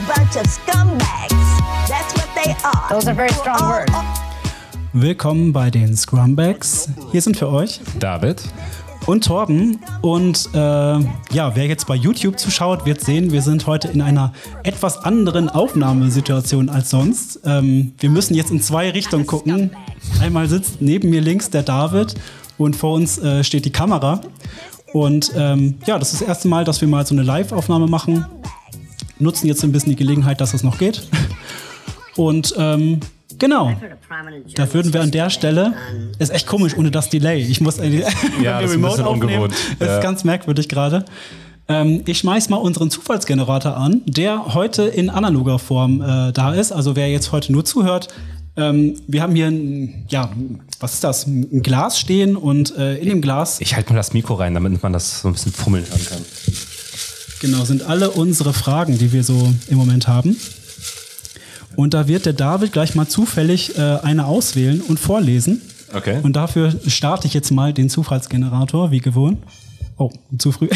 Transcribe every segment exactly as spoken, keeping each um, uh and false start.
bunch of scumbags. That's what they are. Those are very strong words. Willkommen bei den Scrumbags. Hier sind für euch David und Torben. Und äh, ja, wer jetzt bei YouTube zuschaut, wird sehen, wir sind heute in einer etwas anderen Aufnahmesituation als sonst. Ähm, wir müssen jetzt in zwei Richtungen gucken. Einmal sitzt neben mir links der David und vor uns äh, steht die Kamera. Und ähm, ja, das ist das erste Mal, dass wir mal so eine Live-Aufnahme machen. Nutzen jetzt ein bisschen die Gelegenheit, dass es noch geht. Und ähm, genau, da würden wir an der Stelle, ist echt komisch ohne das Delay. Ich muss äh, ja, das ist ein bisschen ungewohnt. Das ist ja. ganz merkwürdig gerade. Ähm, ich schmeiß mal unseren Zufallsgenerator an, der heute in analoger Form äh, da ist. Also wer jetzt heute nur zuhört, ähm, wir haben hier ein, ja, was ist das? Ein Glas stehen und äh, in dem Glas. Ich halte mal das Mikro rein, damit man das so ein bisschen fummeln hören kann. Genau, sind alle unsere Fragen, die wir so im Moment haben. Und da wird der David gleich mal zufällig äh, eine auswählen und vorlesen. Okay. Und dafür starte ich jetzt mal den Zufallsgenerator, wie gewohnt. Oh, zu früh.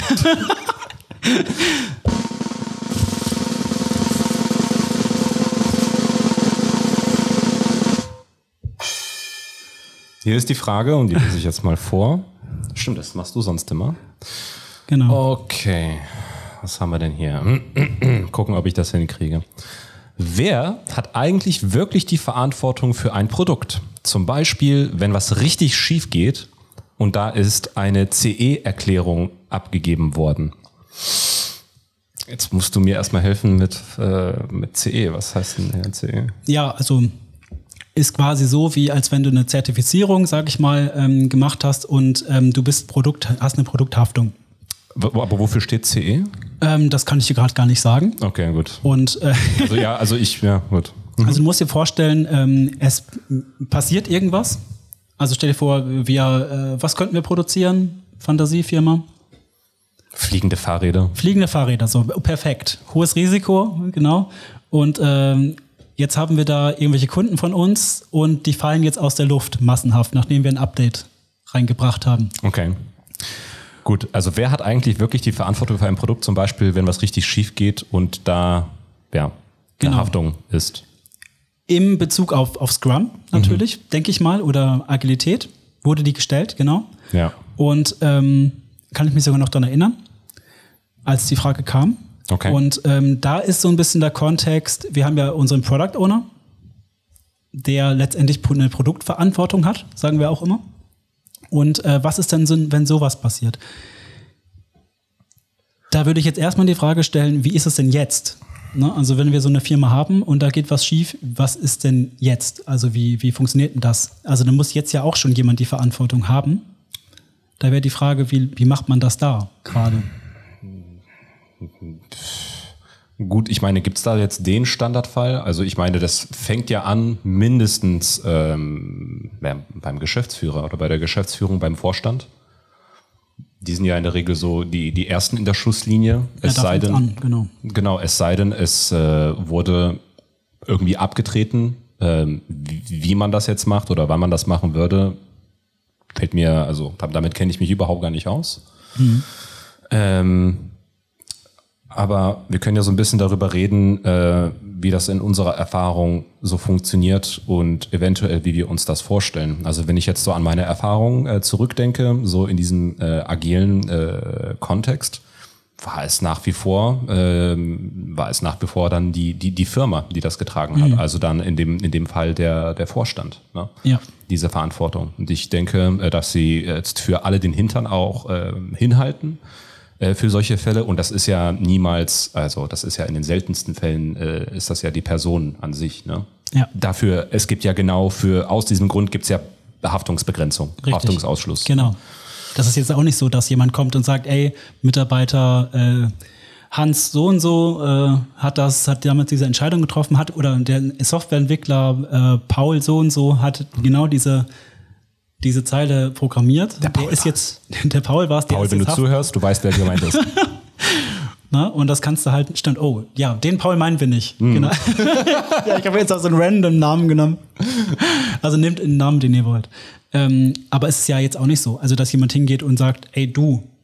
Hier ist die Frage und die lese ich jetzt mal vor. Stimmt, das machst du sonst immer. Genau. Okay, was haben wir denn hier? Gucken, ob ich das hinkriege. Wer hat eigentlich wirklich die Verantwortung für ein Produkt? Zum Beispiel, wenn was richtig schief geht und da ist eine C E-Erklärung abgegeben worden. Jetzt musst du mir erstmal helfen mit, äh, mit C E. Was heißt denn C E? Ja, also ist quasi so, wie als wenn du eine Zertifizierung, sag ich mal, ähm, gemacht hast und ähm, du bist Produkt, hast eine Produkthaftung. Aber wofür steht C E? Ähm, das kann ich dir gerade gar nicht sagen. Okay, gut. Und äh, also ja, also ich, ja, gut. Mhm. Also du musst dir vorstellen, ähm, es passiert irgendwas. Also stell dir vor, wir, äh, was könnten wir produzieren? Fantasiefirma? Fliegende Fahrräder. Fliegende Fahrräder, so perfekt. Hohes Risiko, genau. Und ähm, jetzt haben wir da irgendwelche Kunden von uns und die fallen jetzt aus der Luft massenhaft, nachdem wir ein Update reingebracht haben. Okay. Gut, also wer hat eigentlich wirklich die Verantwortung für ein Produkt, zum Beispiel, wenn was richtig schief geht und da ja, eine genau. Haftung ist? Im Bezug auf, auf Scrum natürlich, mhm. denke ich mal, oder Agilität wurde die gestellt, genau. Ja. Und ähm, kann ich mich sogar noch daran erinnern, als die Frage kam. Okay. Und ähm, da ist so ein bisschen der Kontext, wir haben ja unseren Product Owner, der letztendlich eine Produktverantwortung hat, sagen wir auch immer. Und äh, was ist denn, wenn sowas passiert? Da würde ich jetzt erstmal die Frage stellen, wie ist es denn jetzt? Ne? Also wenn wir so eine Firma haben und da geht was schief, was ist denn jetzt? Also wie, wie funktioniert denn das? Also da muss jetzt ja auch schon jemand die Verantwortung haben. Da wäre die Frage, wie, wie macht man das da gerade? Gut, ich meine, gibt es da jetzt den Standardfall? Also ich meine, das fängt ja an mindestens ähm, beim Geschäftsführer oder bei der Geschäftsführung, beim Vorstand. Die sind ja in der Regel so die, die Ersten in der Schusslinie. Es ja, sei denn, an, genau. genau, es sei denn, es äh, wurde irgendwie abgetreten. Ähm, wie, wie man das jetzt macht oder wann man das machen würde, fällt mir, also damit kenne ich mich überhaupt gar nicht aus. Mhm. Ähm, Aber wir können ja so ein bisschen darüber reden, äh, wie das in unserer Erfahrung so funktioniert und eventuell, wie wir uns das vorstellen. Also wenn ich jetzt so an meine Erfahrung äh, zurückdenke, so in diesem äh, agilen äh, Kontext, war es nach wie vor, äh, war es nach wie vor dann die die die Firma, die das getragen hat. Mhm. Also dann in dem in dem Fall der der Vorstand, ne? Ja. Diese Verantwortung. Und ich denke, äh, dass sie jetzt für alle den Hintern auch äh, hinhalten. Für solche Fälle, und das ist ja niemals, also das ist ja in den seltensten Fällen, äh, ist das ja die Person an sich. Ne? Ja. Dafür, es gibt ja genau für, aus diesem Grund gibt es ja Haftungsbegrenzung, Richtig. Haftungsausschluss. Genau. Das ist jetzt auch nicht so, dass jemand kommt und sagt, ey, Mitarbeiter äh, Hans so und so äh, hat das, hat damals diese Entscheidung getroffen, hat, oder der Softwareentwickler äh, Paul so und so hat genau diese diese Zeile programmiert. Der Paul der ist jetzt, der Paul war es, der Paul, ist wenn jetzt du zuhörst, du weißt, wer gemeint ist. Na, und das kannst du halt, stimmt, oh, ja, den Paul meinen wir nicht. Mm. Genau. Ja, ich habe jetzt auch so einen random Namen genommen. Also nehmt den Namen, den ihr wollt. Ähm, aber es ist ja jetzt auch nicht so, also dass jemand hingeht und sagt, ey du,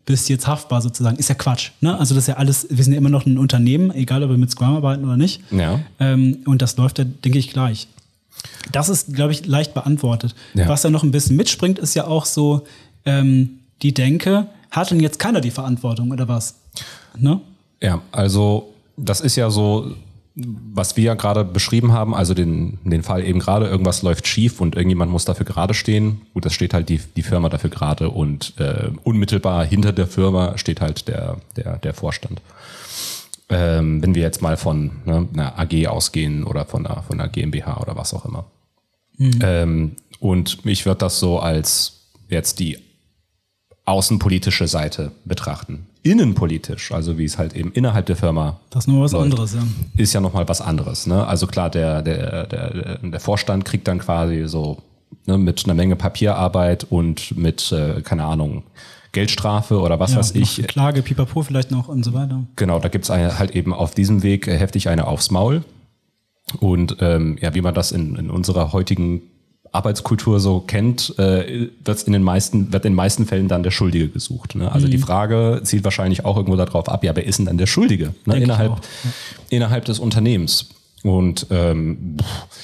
bist jetzt haftbar sozusagen. Ist ja Quatsch. Ne? Also das ist ja alles, wir sind ja immer noch ein Unternehmen, egal ob wir mit Scrum arbeiten oder nicht. Ja. Ähm, und das läuft ja, denke ich, gleich. Das ist, glaube ich, leicht beantwortet. Ja. Was da noch ein bisschen mitspringt, ist ja auch so ähm, die Denke, hat denn jetzt keiner die Verantwortung oder was? Ne? Ja, also das ist ja so, was wir ja gerade beschrieben haben, also den, den Fall eben gerade, irgendwas läuft schief und irgendjemand muss dafür gerade stehen. Gut, das steht halt die, die Firma dafür gerade und äh, unmittelbar hinter der Firma steht halt der, der, der Vorstand. Ähm, wenn wir jetzt mal von ne, einer A G ausgehen oder von einer, von einer GmbH oder was auch immer. Mhm. Ähm, und ich würde das so als jetzt die außenpolitische Seite betrachten. Innenpolitisch, also wie es halt eben innerhalb der Firma das ist noch was läuft, anderes, ja. Ist ja nochmal was anderes. Ne? Also klar, der, der, der, der Vorstand kriegt dann quasi so ne, mit einer Menge Papierarbeit und mit, äh, keine Ahnung, Geldstrafe oder was ja, weiß ich. Klage, Pipapo vielleicht noch und so weiter. Genau, da gibt's eine, halt eben auf diesem Weg äh, heftig eine aufs Maul. Und ähm, ja, wie man das in, in unserer heutigen Arbeitskultur so kennt, äh, wird's in den meisten, wird in den meisten Fällen dann der Schuldige gesucht. Ne? Also mhm. die Frage zielt wahrscheinlich auch irgendwo darauf ab, ja, wer ist denn dann der Schuldige ne? innerhalb, ja. innerhalb des Unternehmens? Und ähm,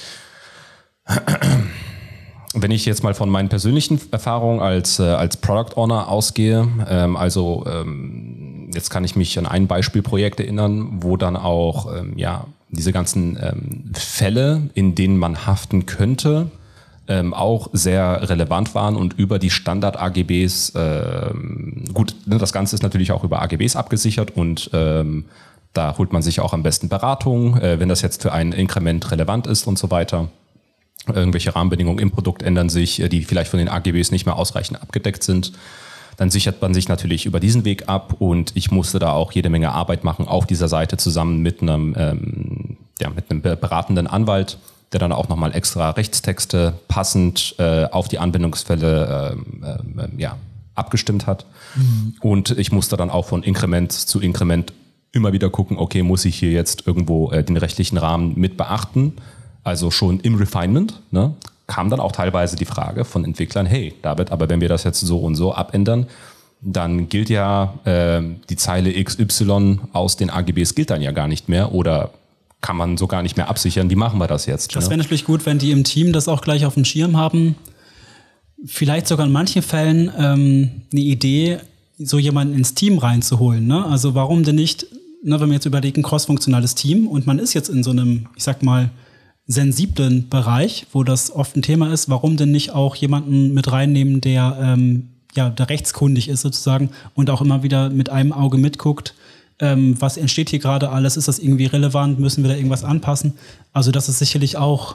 wenn ich jetzt mal von meinen persönlichen Erfahrungen als, äh, als Product Owner ausgehe, ähm, also ähm, jetzt kann ich mich an ein Beispielprojekt erinnern, wo dann auch ähm, ja diese ganzen ähm, Fälle, in denen man haften könnte, Ähm, auch sehr relevant waren und über die Standard-A G Bs, ähm, gut, ne, das Ganze ist natürlich auch über A G Bs abgesichert und ähm, da holt man sich auch am besten Beratung, äh, wenn das jetzt für ein Inkrement relevant ist und so weiter. Irgendwelche Rahmenbedingungen im Produkt ändern sich, äh, die vielleicht von den A G Bs nicht mehr ausreichend abgedeckt sind. Dann sichert man sich natürlich über diesen Weg ab und ich musste da auch jede Menge Arbeit machen auf dieser Seite zusammen mit einem, ähm, ja, mit einem beratenden Anwalt, der dann auch nochmal extra Rechtstexte passend äh, auf die Anwendungsfälle äh, äh, ja, abgestimmt hat. Mhm. Und ich musste dann auch von Inkrement zu Inkrement immer wieder gucken, okay, muss ich hier jetzt irgendwo äh, den rechtlichen Rahmen mit beachten? Also schon im Refinement, ne, kam dann auch teilweise die Frage von Entwicklern, hey David, aber wenn wir das jetzt so und so abändern, dann gilt ja äh, die Zeile X Y aus den A G Bs gilt dann ja gar nicht mehr oder kann man so gar nicht mehr absichern. Wie machen wir das jetzt? Das wäre ne? natürlich gut, wenn die im Team das auch gleich auf dem Schirm haben. Vielleicht sogar in manchen Fällen ähm, eine Idee, so jemanden ins Team reinzuholen. Ne? Also warum denn nicht, ne, wenn wir jetzt überlegen, crossfunktionales Team und man ist jetzt in so einem, ich sag mal, sensiblen Bereich, wo das oft ein Thema ist, warum denn nicht auch jemanden mit reinnehmen, der, ähm, ja, der rechtskundig ist sozusagen und auch immer wieder mit einem Auge mitguckt, Ähm, was entsteht hier gerade alles? Ist das irgendwie relevant? Müssen wir da irgendwas anpassen? Also das ist sicherlich auch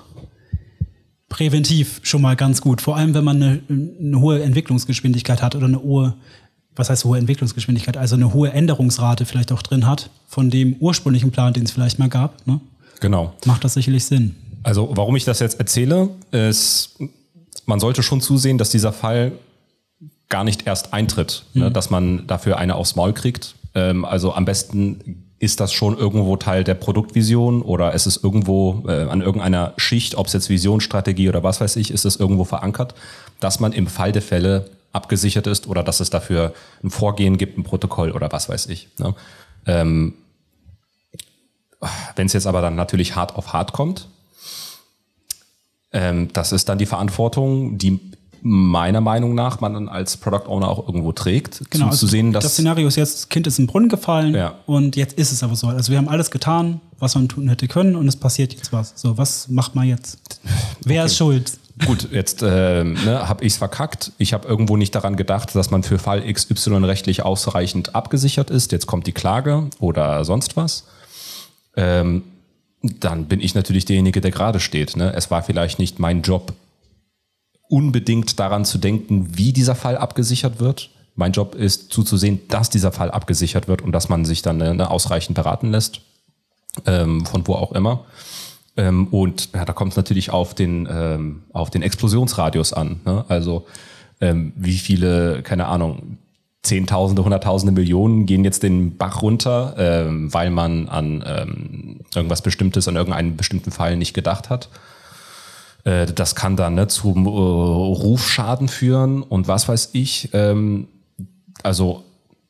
präventiv schon mal ganz gut. Vor allem, wenn man eine, eine hohe Entwicklungsgeschwindigkeit hat oder eine hohe, was heißt hohe Entwicklungsgeschwindigkeit? Also eine hohe Änderungsrate vielleicht auch drin hat von dem ursprünglichen Plan, den es vielleicht mal gab. Ne? Genau. Macht das sicherlich Sinn. Also warum ich das jetzt erzähle, ist, man sollte schon zusehen, dass dieser Fall gar nicht erst eintritt, mhm. ne? Dass man dafür eine aufs Maul kriegt. Also am besten ist das schon irgendwo Teil der Produktvision oder ist es irgendwo äh, an irgendeiner Schicht, ob es jetzt Vision, Strategie oder was weiß ich, ist es irgendwo verankert, dass man im Fall der Fälle abgesichert ist oder dass es dafür ein Vorgehen gibt, ein Protokoll oder was weiß ich. Ne? Ähm, wenn es jetzt aber dann natürlich hart auf hart kommt, ähm, das ist dann die Verantwortung, die meiner Meinung nach man dann als Product Owner auch irgendwo trägt. Genau, zu, also zu sehen, dass das Szenario ist jetzt, das Kind ist im Brunnen gefallen ja. und jetzt ist es aber so. Also wir haben alles getan, was man tun hätte können und es passiert jetzt was. So, was macht man jetzt? Wer okay. ist schuld? Gut, jetzt äh, ne, habe ich es verkackt. Ich habe irgendwo nicht daran gedacht, dass man für Fall X Y rechtlich ausreichend abgesichert ist. Jetzt kommt die Klage oder sonst was. Ähm, dann bin ich natürlich derjenige, der gerade steht. Ne? Es war vielleicht nicht mein Job, unbedingt daran zu denken, wie dieser Fall abgesichert wird. Mein Job ist zuzusehen, dass dieser Fall abgesichert wird und dass man sich dann ne, ausreichend beraten lässt, ähm, von wo auch immer. Ähm, und ja, da kommt es natürlich auf den, ähm, auf den Explosionsradius an. Ne? Also ähm, wie viele, keine Ahnung, Zehntausende, Hunderttausende, Millionen gehen jetzt den Bach runter, ähm, weil man an ähm, irgendwas Bestimmtes, an irgendeinen bestimmten Fall nicht gedacht hat. Das kann dann ne, zum äh, Rufschaden führen und was weiß ich. Ähm, also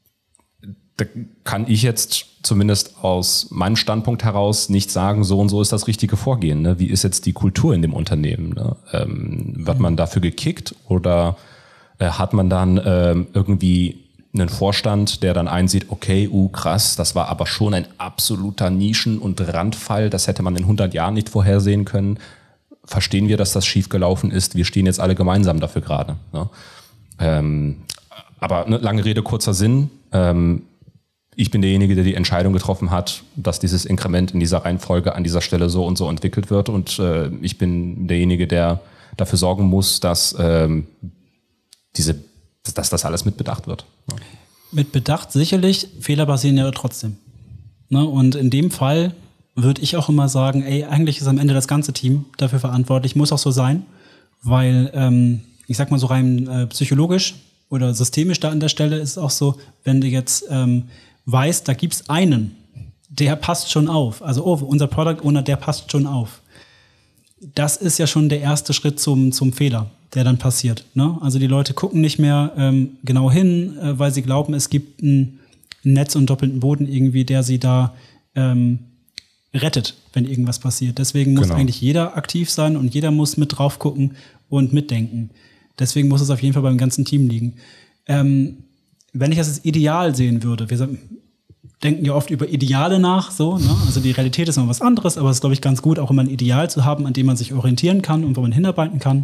da kann ich jetzt zumindest aus meinem Standpunkt heraus nicht sagen, so und so ist das richtige Vorgehen. Ne? Wie ist jetzt die Kultur in dem Unternehmen? Ne? Ähm, wird man dafür gekickt oder äh, hat man dann ähm, irgendwie einen Vorstand, der dann einsieht, okay, uh, krass, das war aber schon ein absoluter Nischen- und Randfall, das hätte man in hundert Jahren nicht vorhersehen können. Verstehen wir, dass das schiefgelaufen ist? Wir stehen jetzt alle gemeinsam dafür gerade. Ne? Ähm, aber ne, lange Rede, kurzer Sinn. Ähm, ich bin derjenige, der die Entscheidung getroffen hat, dass dieses Inkrement in dieser Reihenfolge an dieser Stelle so und so entwickelt wird. Und äh, ich bin derjenige, der dafür sorgen muss, dass ähm, diese, dass das alles mit Bedacht wird. Ja. Mit Bedacht sicherlich, Fehler passieren ja trotzdem. Ne? Und in dem Fall würde ich auch immer sagen, ey, eigentlich ist am Ende das ganze Team dafür verantwortlich, muss auch so sein, weil ähm, ich sag mal so rein äh, psychologisch oder systemisch da an der Stelle ist es auch so, wenn du jetzt ähm, weißt, da gibt's einen, der passt schon auf. Also, oh, unser Product Owner, der passt schon auf. Das ist ja schon der erste Schritt zum, zum Fehler, der dann passiert. Ne? Also die Leute gucken nicht mehr ähm, genau hin, äh, weil sie glauben, es gibt ein Netz und doppelten Boden irgendwie, der sie da ähm, rettet, wenn irgendwas passiert. Deswegen muss genau. eigentlich jeder aktiv sein und jeder muss mit drauf gucken und mitdenken. Deswegen muss es auf jeden Fall beim ganzen Team liegen. Ähm, wenn ich das als Ideal sehen würde, wir denken ja oft über Ideale nach, so, ne? Also die Realität ist immer was anderes, aber es ist, glaube ich, ganz gut, auch immer ein Ideal zu haben, an dem man sich orientieren kann und wo man hinarbeiten kann.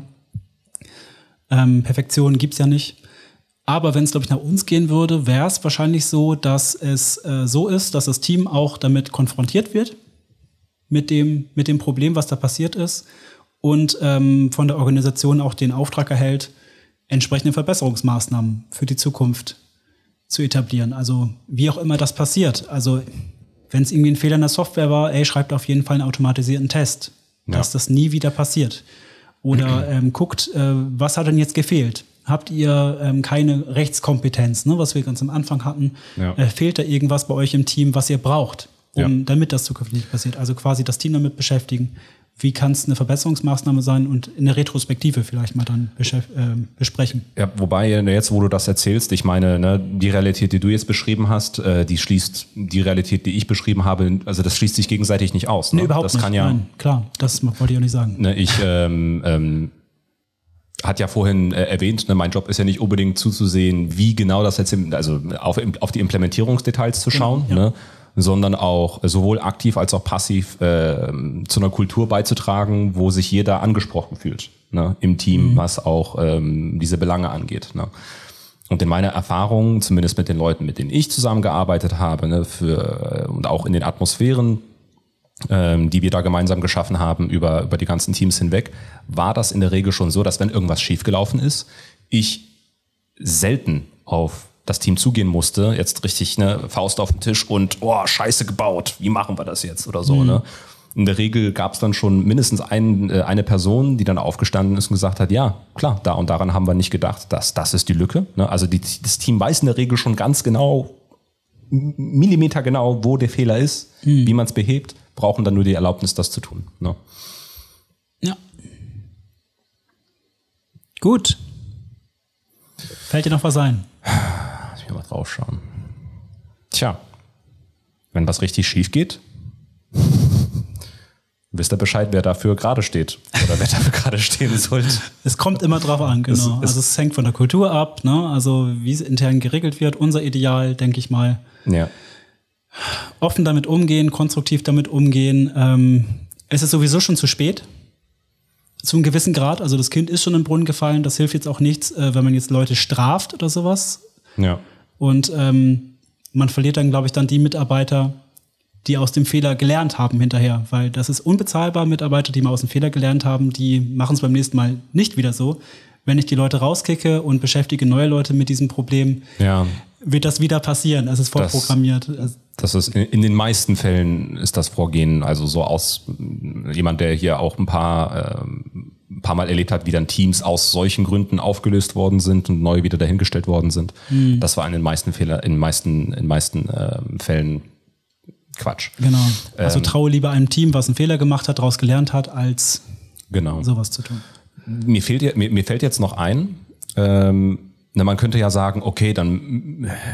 Ähm, Perfektion gibt's ja nicht. Aber wenn es, glaube ich, nach uns gehen würde, wäre es wahrscheinlich so, dass es äh, so ist, dass das Team auch damit konfrontiert wird, mit dem, mit dem Problem, was da passiert ist, und ähm, von der Organisation auch den Auftrag erhält, entsprechende Verbesserungsmaßnahmen für die Zukunft zu etablieren. Also wie auch immer das passiert. Also wenn es irgendwie ein Fehler in der Software war, ey, schreibt auf jeden Fall einen automatisierten Test, ja. dass das nie wieder passiert. Oder ähm, guckt, äh, was hat denn jetzt gefehlt? Habt ihr ähm, keine Rechtskompetenz, ne, was wir ganz am Anfang hatten? Ja. Äh, fehlt da irgendwas bei euch im Team, was ihr braucht, um, ja. damit das zukünftig nicht passiert? Also quasi das Team damit beschäftigen. Wie kann es eine Verbesserungsmaßnahme sein und in der Retrospektive vielleicht mal dann beschäf- äh, besprechen. Ja, wobei jetzt, wo du das erzählst, ich meine, ne, die Realität, die du jetzt beschrieben hast, äh, die schließt die Realität, die ich beschrieben habe, also das schließt sich gegenseitig nicht aus. Ne? Nee, überhaupt das nicht. Kann ja, Nein, klar, das wollte ich auch nicht sagen. Ne, ich ähm, ähm, hat ja vorhin äh, erwähnt, ne, mein Job ist ja nicht unbedingt zuzusehen, wie genau das jetzt, im, also auf, auf die Implementierungsdetails zu schauen, ja, ja. Ne, sondern auch sowohl aktiv als auch passiv äh, zu einer Kultur beizutragen, wo sich jeder angesprochen fühlt, ne, im Team, mhm. was auch ähm, diese Belange angeht. Ne. Und in meiner Erfahrung, zumindest mit den Leuten, mit denen ich zusammengearbeitet habe, ne, für, und auch in den Atmosphären, ähm, die wir da gemeinsam geschaffen haben über, über die ganzen Teams hinweg, war das in der Regel schon so, dass wenn irgendwas schiefgelaufen ist, ich selten auf das Team zugehen musste, jetzt richtig eine Faust auf den Tisch und oh, scheiße gebaut, wie machen wir das jetzt oder so. Mhm. Ne? In der Regel gab es dann schon mindestens ein, äh, eine Person, die dann aufgestanden ist und gesagt hat, ja, klar, da und daran haben wir nicht gedacht, das, das ist die Lücke. Ne? Also die, das Team weiß in der Regel schon ganz genau, Millimeter genau, wo der Fehler ist, mhm. wie man es behebt, brauchen dann nur die Erlaubnis, das zu tun. Ne? Ja. Gut. Fällt dir noch was ein? Lass mich mal drauf schauen. Tja, wenn was richtig schief geht, wisst ihr Bescheid, wer dafür gerade steht oder wer dafür gerade stehen sollte. Es kommt immer drauf an, genau. Es, es also es hängt von der Kultur ab, ne? Also wie es intern geregelt wird. Unser Ideal, denke ich mal. Ja. Offen damit umgehen, konstruktiv damit umgehen. Ähm, es ist sowieso schon zu spät. Zu einem gewissen Grad. Also das Kind ist schon in den Brunnen gefallen. Das hilft jetzt auch nichts, äh, wenn man jetzt Leute straft oder sowas. Ja. Und ähm, man verliert dann, glaube ich, dann die Mitarbeiter, die aus dem Fehler gelernt haben hinterher. Weil das ist unbezahlbar. Mitarbeiter, die mal aus dem Fehler gelernt haben, die machen es beim nächsten Mal nicht wieder so. Wenn ich die Leute rauskicke und beschäftige neue Leute mit diesem Problem, ja. wird das wieder passieren. Es ist vorprogrammiert. Das, das ist in, in den meisten Fällen ist das Vorgehen, also so aus jemand, der hier auch ein paar, äh, ein paar Mal erlebt hat, wie dann Teams aus solchen Gründen aufgelöst worden sind und neu wieder dahingestellt worden sind. Mhm. Das war in den meisten Fehler, in den meisten, in den meisten äh, Fällen Quatsch. Genau. Also ähm, traue lieber einem Team, was einen Fehler gemacht hat, daraus gelernt hat, als genau. sowas zu tun. Mir fehlt, mir, mir fällt jetzt noch ein, ähm, na, man könnte ja sagen, okay, dann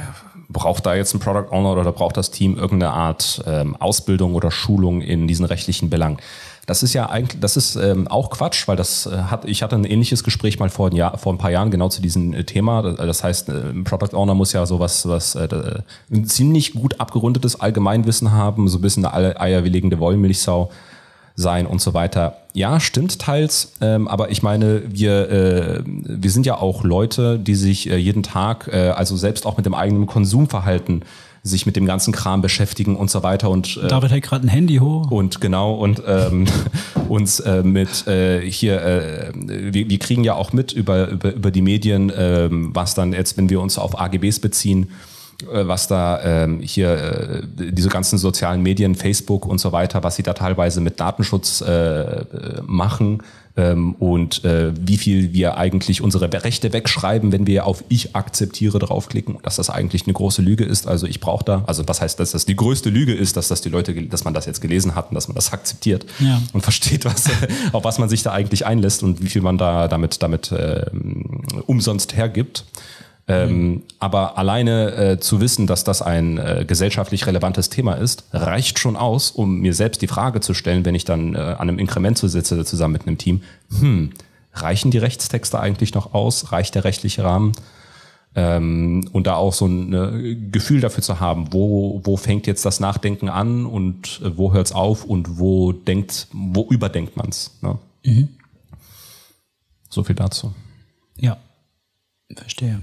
braucht da jetzt ein Product Owner oder braucht das Team irgendeine Art ähm, Ausbildung oder Schulung in diesen rechtlichen Belangen? Das ist ja eigentlich, das ist ähm, auch Quatsch, weil das äh, hat, ich hatte ein ähnliches Gespräch mal vor ein, Jahr, vor ein paar Jahren genau zu diesem äh, Thema. Das heißt, äh, ein Product Owner muss ja sowas, was äh, ein ziemlich gut abgerundetes Allgemeinwissen haben, so ein bisschen eine eierwilligende Wollmilchsau sein und so weiter. Ja, stimmt teils, ähm, aber ich meine, wir, äh, wir sind ja auch Leute, die sich äh, jeden Tag, äh, also selbst auch mit dem eigenen Konsumverhalten, sich mit dem ganzen Kram beschäftigen und so weiter. Und äh, David hält gerade ein Handy hoch. Und genau, und ähm, uns äh, mit äh, hier, äh, wir, wir kriegen ja auch mit über, über, über die Medien, äh, was dann jetzt, wenn wir uns auf A G Bs beziehen, äh, was da äh, hier äh, diese ganzen sozialen Medien, Facebook und so weiter, was sie da teilweise mit Datenschutz äh, machen. Und äh, wie viel wir eigentlich unsere Rechte wegschreiben, wenn wir auf Ich akzeptiere draufklicken, dass das eigentlich eine große Lüge ist. Also ich brauche da, also was heißt, dass das die größte Lüge ist, dass das die Leute, dass man das jetzt gelesen hat und dass man das akzeptiert ja. und versteht, was, auf was man sich da eigentlich einlässt und wie viel man da damit, damit äh, umsonst hergibt. Ähm, aber alleine äh, zu wissen, dass das ein äh, gesellschaftlich relevantes Thema ist, reicht schon aus, um mir selbst die Frage zu stellen, wenn ich dann äh, an einem Inkrement zu sitze, zusammen mit einem Team, hm, reichen die Rechtstexte eigentlich noch aus? Reicht der rechtliche Rahmen? Ähm, und da auch so ein äh, Gefühl dafür zu haben, wo, wo fängt jetzt das Nachdenken an und äh, wo hört's auf und wo denkt, wo überdenkt man's? Ne? Mhm. So viel dazu. Ja, verstehe.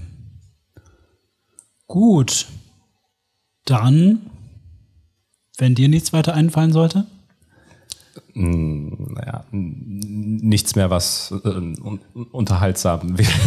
Gut, dann, wenn dir nichts weiter einfallen sollte? Mm, naja, nichts mehr, was äh, un- unterhaltsam wäre.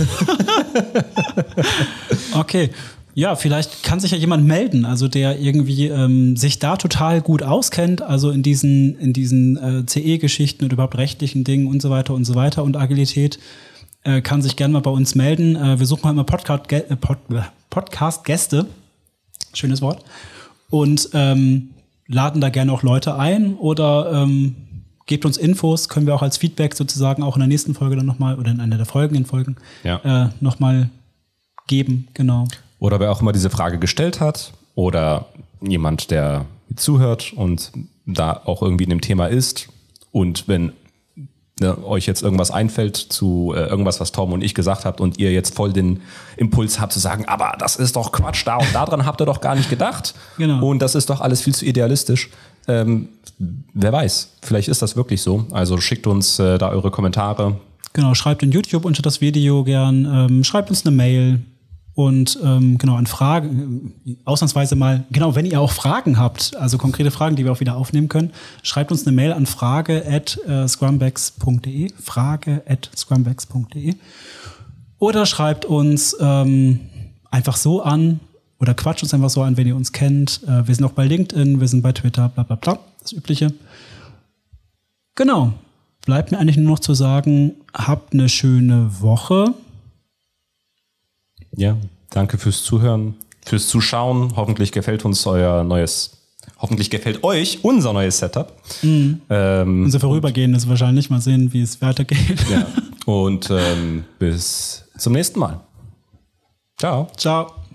Okay, ja, vielleicht kann sich ja jemand melden, also der irgendwie ähm, sich da total gut auskennt, also in diesen, in diesen äh, C E-Geschichten und überhaupt rechtlichen Dingen und so weiter und so weiter und Agilität. Äh, kann sich gerne mal bei uns melden. Äh, wir suchen halt mal Podcast, äh, Pod, äh, Podcast-Gäste. Schönes Wort. Und ähm, laden da gerne auch Leute ein oder ähm, gebt uns Infos, können wir auch als Feedback sozusagen auch in der nächsten Folge dann nochmal oder in einer der folgenden Folgen ja. äh, nochmal geben. Genau. Oder wer auch immer diese Frage gestellt hat oder jemand, der zuhört und da auch irgendwie in dem Thema ist und wenn Ne, euch jetzt irgendwas einfällt zu äh, irgendwas, was Tom und ich gesagt habt und ihr jetzt voll den Impuls habt zu sagen, aber das ist doch Quatsch, da und daran habt ihr doch gar nicht gedacht. Genau. Und das ist doch alles viel zu idealistisch. Ähm, wer weiß, vielleicht ist das wirklich so. Also schickt uns äh, da eure Kommentare. Genau, schreibt in YouTube unter das Video gern, ähm, schreibt uns eine Mail und ähm, genau, an Fragen, ausnahmsweise mal, genau, wenn ihr auch Fragen habt, also konkrete Fragen, die wir auch wieder aufnehmen können, schreibt uns eine Mail an frage at scrumbags punkt de, frage at scrumbags punkt de oder schreibt uns ähm, einfach so an oder quatscht uns einfach so an, wenn ihr uns kennt. Äh, wir sind auch bei LinkedIn, wir sind bei Twitter, bla bla bla, das Übliche. Genau, bleibt mir eigentlich nur noch zu sagen, habt eine schöne Woche. Ja, danke fürs Zuhören, fürs Zuschauen. Hoffentlich gefällt uns euer neues, hoffentlich gefällt euch unser neues Setup. Mhm. Ähm, Unser Vorübergehendes wahrscheinlich. Mal sehen, wie es weitergeht. Ja. Und ähm, bis zum nächsten Mal. Ciao. Ciao.